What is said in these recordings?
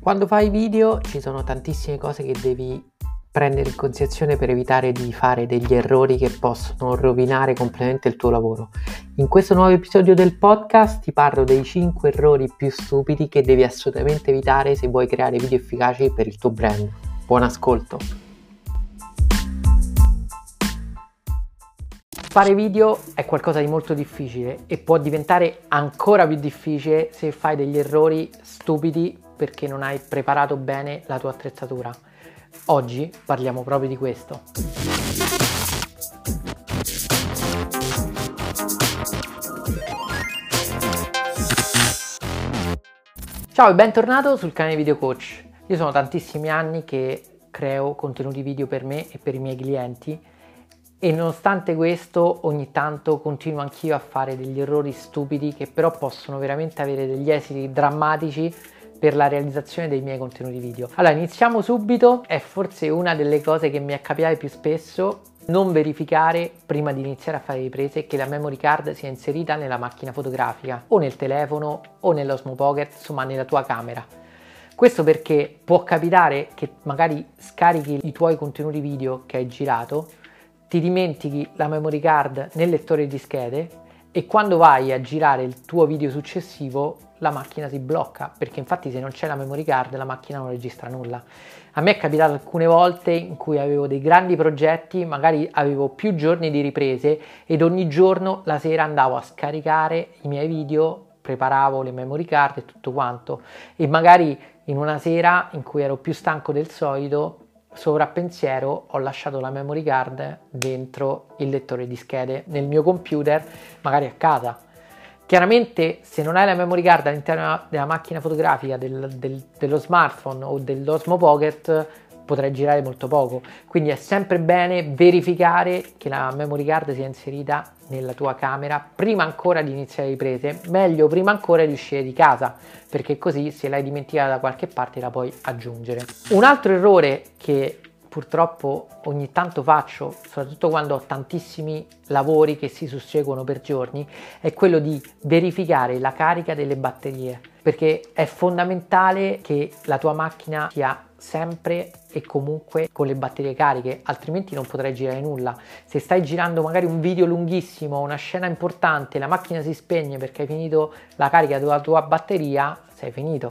Quando fai video ci sono tantissime cose che devi prendere in considerazione per evitare di fare degli errori che possono rovinare completamente il tuo lavoro. In questo nuovo episodio del podcast ti parlo dei 5 errori più stupidi che devi assolutamente evitare se vuoi creare video efficaci per il tuo brand. Buon ascolto! Fare video è qualcosa di molto difficile e può diventare ancora più difficile se fai degli errori stupidi perché non hai preparato bene la tua attrezzatura. Oggi parliamo proprio di questo. Ciao e bentornato sul canale Video Coach. Io sono tantissimi anni che creo contenuti video per me e per i miei clienti e nonostante questo ogni tanto continuo anch'io a fare degli errori stupidi che però possono veramente avere degli esiti drammatici per la realizzazione dei miei contenuti video. Allora iniziamo subito. È forse una delle cose che mi è capitata più spesso non verificare prima di iniziare a fare riprese che la memory card sia inserita nella macchina fotografica o nel telefono o nell'Osmo Pocket, insomma nella tua camera. Questo perché può capitare che magari scarichi i tuoi contenuti video che hai girato, ti dimentichi la memory card nel lettore di schede e quando vai a girare il tuo video successivo la macchina si blocca, perché infatti se non c'è la memory card la macchina non registra nulla. A me è capitato alcune volte in cui avevo dei grandi progetti, magari avevo più giorni di riprese ed ogni giorno la sera andavo a scaricare i miei video, preparavo le memory card e tutto quanto, e magari in una sera in cui ero più stanco del solito, sovrappensiero, ho lasciato la memory card dentro il lettore di schede nel mio computer, magari a casa. Chiaramente se non hai la memory card all'interno della macchina fotografica dello smartphone o dell'Osmo Pocket potrai girare molto poco, quindi è sempre bene verificare che la memory card sia inserita nella tua camera prima ancora di iniziare le riprese, meglio prima ancora di uscire di casa, perché così se l'hai dimenticata da qualche parte la puoi aggiungere. Un altro errore che purtroppo ogni tanto faccio, soprattutto quando ho tantissimi lavori che si susseguono per giorni, è quello di verificare la carica delle batterie, perché è fondamentale che la tua macchina sia sempre e comunque con le batterie cariche, altrimenti non potrai girare nulla. Se stai girando magari un video lunghissimo, una scena importante, la macchina si spegne perché hai finito la carica della tua batteria, sei finito.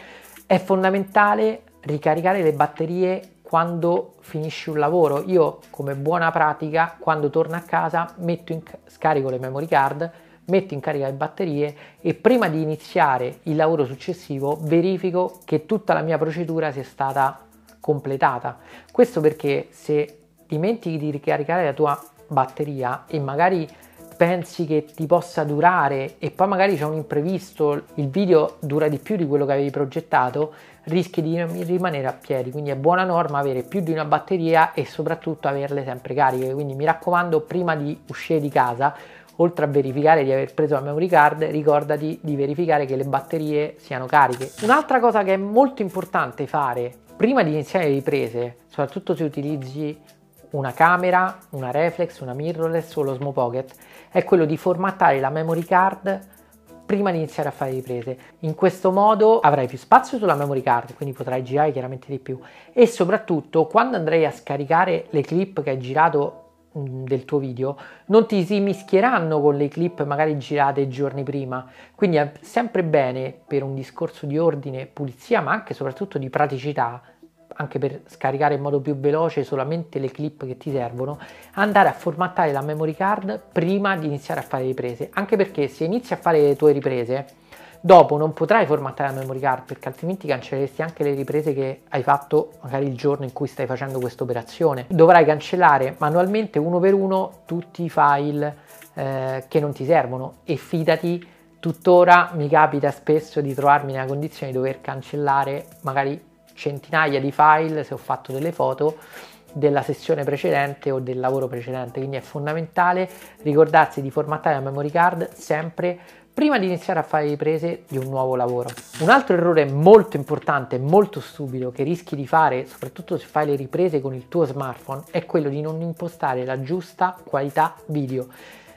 È fondamentale ricaricare le batterie quando finisci un lavoro. Io, come buona pratica, quando torno a casa scarico le memory card, metto in carica le batterie e prima di iniziare il lavoro successivo verifico che tutta la mia procedura sia stata completata. Questo perché se dimentichi di ricaricare la tua batteria e magari pensi che ti possa durare e poi magari c'è un imprevisto, il video dura di più di quello che avevi progettato, rischi di rimanere a piedi. Quindi è buona norma avere più di una batteria e soprattutto averle sempre cariche. Quindi mi raccomando, prima di uscire di casa, oltre a verificare di aver preso la memory card, ricordati di verificare che le batterie siano cariche. Un'altra cosa che è molto importante fare prima di iniziare le riprese, soprattutto se utilizzi una camera, una reflex, una mirrorless o l'Osmo Pocket, è quello di formattare la memory card prima di iniziare a fare riprese. In questo modo avrai più spazio sulla memory card, quindi potrai girare chiaramente di più, e soprattutto quando andrai a scaricare le clip che hai girato del tuo video non ti si mischieranno con le clip magari girate giorni prima. Quindi è sempre bene, per un discorso di ordine, pulizia, ma anche e soprattutto di praticità, anche per scaricare in modo più veloce solamente le clip che ti servono, andare a formattare la memory card prima di iniziare a fare le riprese, anche perché se inizi a fare le tue riprese dopo non potrai formattare la memory card, perché altrimenti cancelleresti anche le riprese che hai fatto magari il giorno in cui stai facendo questa operazione. Dovrai cancellare manualmente uno per uno tutti i file che non ti servono, e fidati, tuttora mi capita spesso di trovarmi nella condizione di dover cancellare magari centinaia di file se ho fatto delle foto della sessione precedente o del lavoro precedente. Quindi è fondamentale ricordarsi di formattare la memory card sempre prima di iniziare a fare riprese di un nuovo lavoro. Un altro errore molto importante e molto stupido che rischi di fare, soprattutto se fai le riprese con il tuo smartphone, è quello di non impostare la giusta qualità video.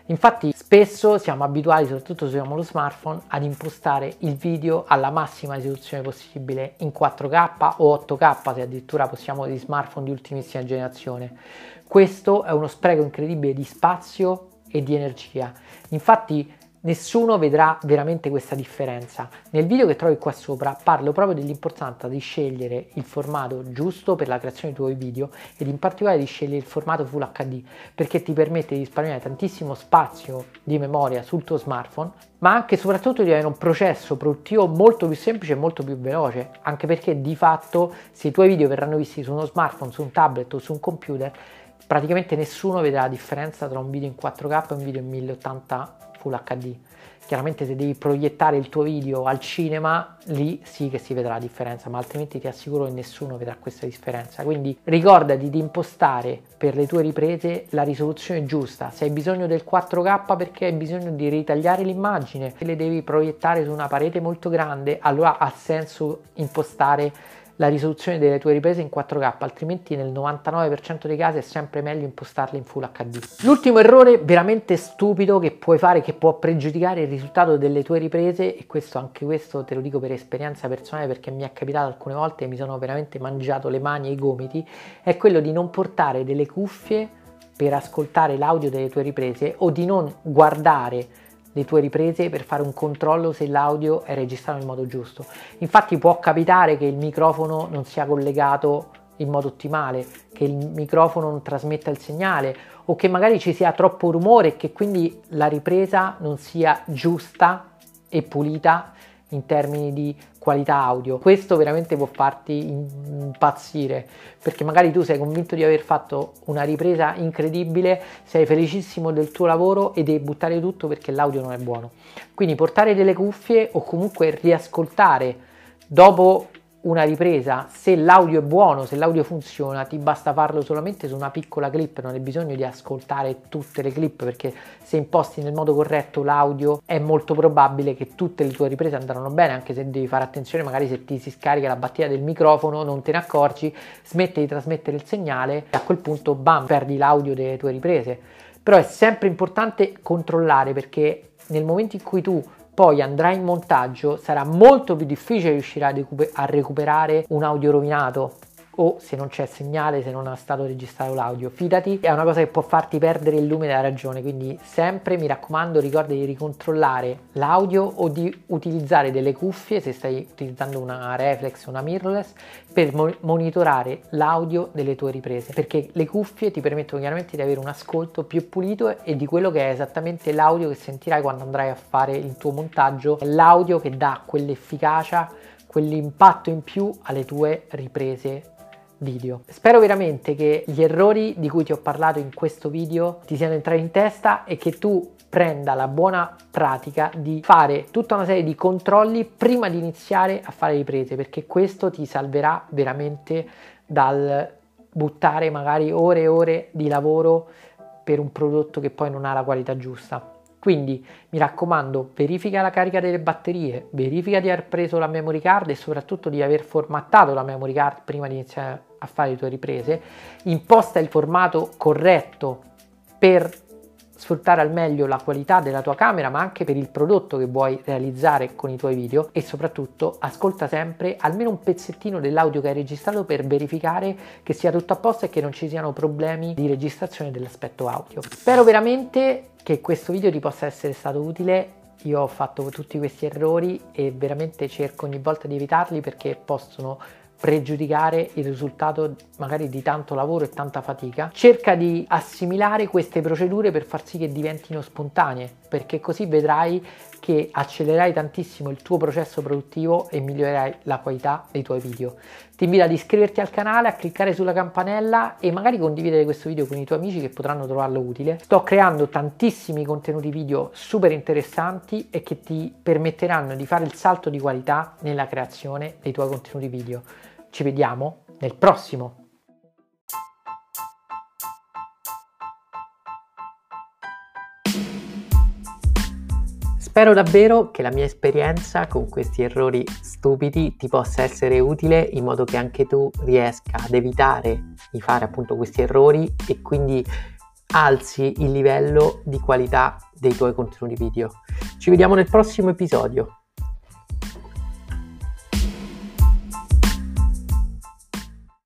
Infatti spesso siamo abituati, soprattutto se usiamo lo smartphone, ad impostare il video alla massima risoluzione possibile in 4K o 8K, se addirittura possiamo, di smartphone di ultimissima generazione. Questo è uno spreco incredibile di spazio e di energia. Infatti nessuno vedrà veramente questa differenza. Nel video che trovi qua sopra parlo proprio dell'importanza di scegliere il formato giusto per la creazione dei tuoi video ed in particolare di scegliere il formato Full HD, perché ti permette di risparmiare tantissimo spazio di memoria sul tuo smartphone, ma anche e soprattutto di avere un processo produttivo molto più semplice e molto più veloce, anche perché di fatto se i tuoi video verranno visti su uno smartphone, su un tablet o su un computer, praticamente nessuno vedrà la differenza tra un video in 4K e un video in 1080 Full HD. Chiaramente se devi proiettare il tuo video al cinema, lì sì che si vedrà la differenza, ma altrimenti ti assicuro che nessuno vedrà questa differenza. Quindi ricordati di impostare per le tue riprese la risoluzione giusta. Se hai bisogno del 4K perché hai bisogno di ritagliare l'immagine e le devi proiettare su una parete molto grande, allora ha senso impostare la risoluzione delle tue riprese in 4K, altrimenti nel 99% dei casi è sempre meglio impostarle in Full HD. L'ultimo errore veramente stupido che puoi fare, che può pregiudicare il risultato delle tue riprese, e anche questo te lo dico per esperienza personale perché mi è capitato alcune volte e mi sono veramente mangiato le mani e i gomiti, è quello di non portare delle cuffie per ascoltare l'audio delle tue riprese o di non guardare le tue riprese per fare un controllo se l'audio è registrato in modo giusto. Infatti può capitare che il microfono non sia collegato in modo ottimale, che il microfono non trasmetta il segnale o che magari ci sia troppo rumore e che quindi la ripresa non sia giusta e pulita in termini di qualità audio. Questo veramente può farti impazzire, perché magari tu sei convinto di aver fatto una ripresa incredibile, sei felicissimo del tuo lavoro e devi buttare tutto perché l'audio non è buono. Quindi portare delle cuffie o comunque riascoltare dopo una ripresa, se l'audio è buono, se l'audio funziona, ti basta farlo solamente su una piccola clip, non hai bisogno di ascoltare tutte le clip, perché se imposti nel modo corretto l'audio è molto probabile che tutte le tue riprese andranno bene, anche se devi fare attenzione, magari se ti si scarica la batteria del microfono non te ne accorgi, smette di trasmettere il segnale e a quel punto bam, perdi l'audio delle tue riprese. Però è sempre importante controllare, perché nel momento in cui tu poi andrai in montaggio sarà molto più difficile riuscire a recuperare un audio rovinato, o se non c'è segnale, se non è stato registrato l'audio. Fidati, è una cosa che può farti perdere il lume della ragione, quindi sempre mi raccomando ricorda di ricontrollare l'audio o di utilizzare delle cuffie, se stai utilizzando una reflex o una mirrorless, per monitorare l'audio delle tue riprese, perché le cuffie ti permettono chiaramente di avere un ascolto più pulito e di quello che è esattamente l'audio che sentirai quando andrai a fare il tuo montaggio, l'audio che dà quell'efficacia, quell'impatto in più alle tue riprese video. Spero veramente che gli errori di cui ti ho parlato in questo video ti siano entrati in testa e che tu prenda la buona pratica di fare tutta una serie di controlli prima di iniziare a fare riprese, perché questo ti salverà veramente dal buttare magari ore e ore di lavoro per un prodotto che poi non ha la qualità giusta. Quindi mi raccomando, verifica la carica delle batterie, verifica di aver preso la memory card e soprattutto di aver formattato la memory card prima di iniziare a fare le tue riprese, imposta il formato corretto per sfruttare al meglio la qualità della tua camera, ma anche per il prodotto che vuoi realizzare con i tuoi video, e soprattutto ascolta sempre almeno un pezzettino dell'audio che hai registrato per verificare che sia tutto a posto e che non ci siano problemi di registrazione dell'aspetto audio. Spero veramente che questo video ti possa essere stato utile. Io ho fatto tutti questi errori e veramente cerco ogni volta di evitarli, perché possono pregiudicare il risultato magari di tanto lavoro e tanta fatica. Cerca di assimilare queste procedure per far sì che diventino spontanee, perché così vedrai che accelererai tantissimo il tuo processo produttivo e migliorerai la qualità dei tuoi video. Ti invito ad iscriverti al canale, a cliccare sulla campanella e magari condividere questo video con i tuoi amici che potranno trovarlo utile. Sto creando tantissimi contenuti video super interessanti e che ti permetteranno di fare il salto di qualità nella creazione dei tuoi contenuti video. Ci vediamo nel prossimo! Spero davvero che la mia esperienza con questi errori stupidi ti possa essere utile, in modo che anche tu riesca ad evitare di fare appunto questi errori e quindi alzi il livello di qualità dei tuoi contenuti video. Ci vediamo nel prossimo episodio.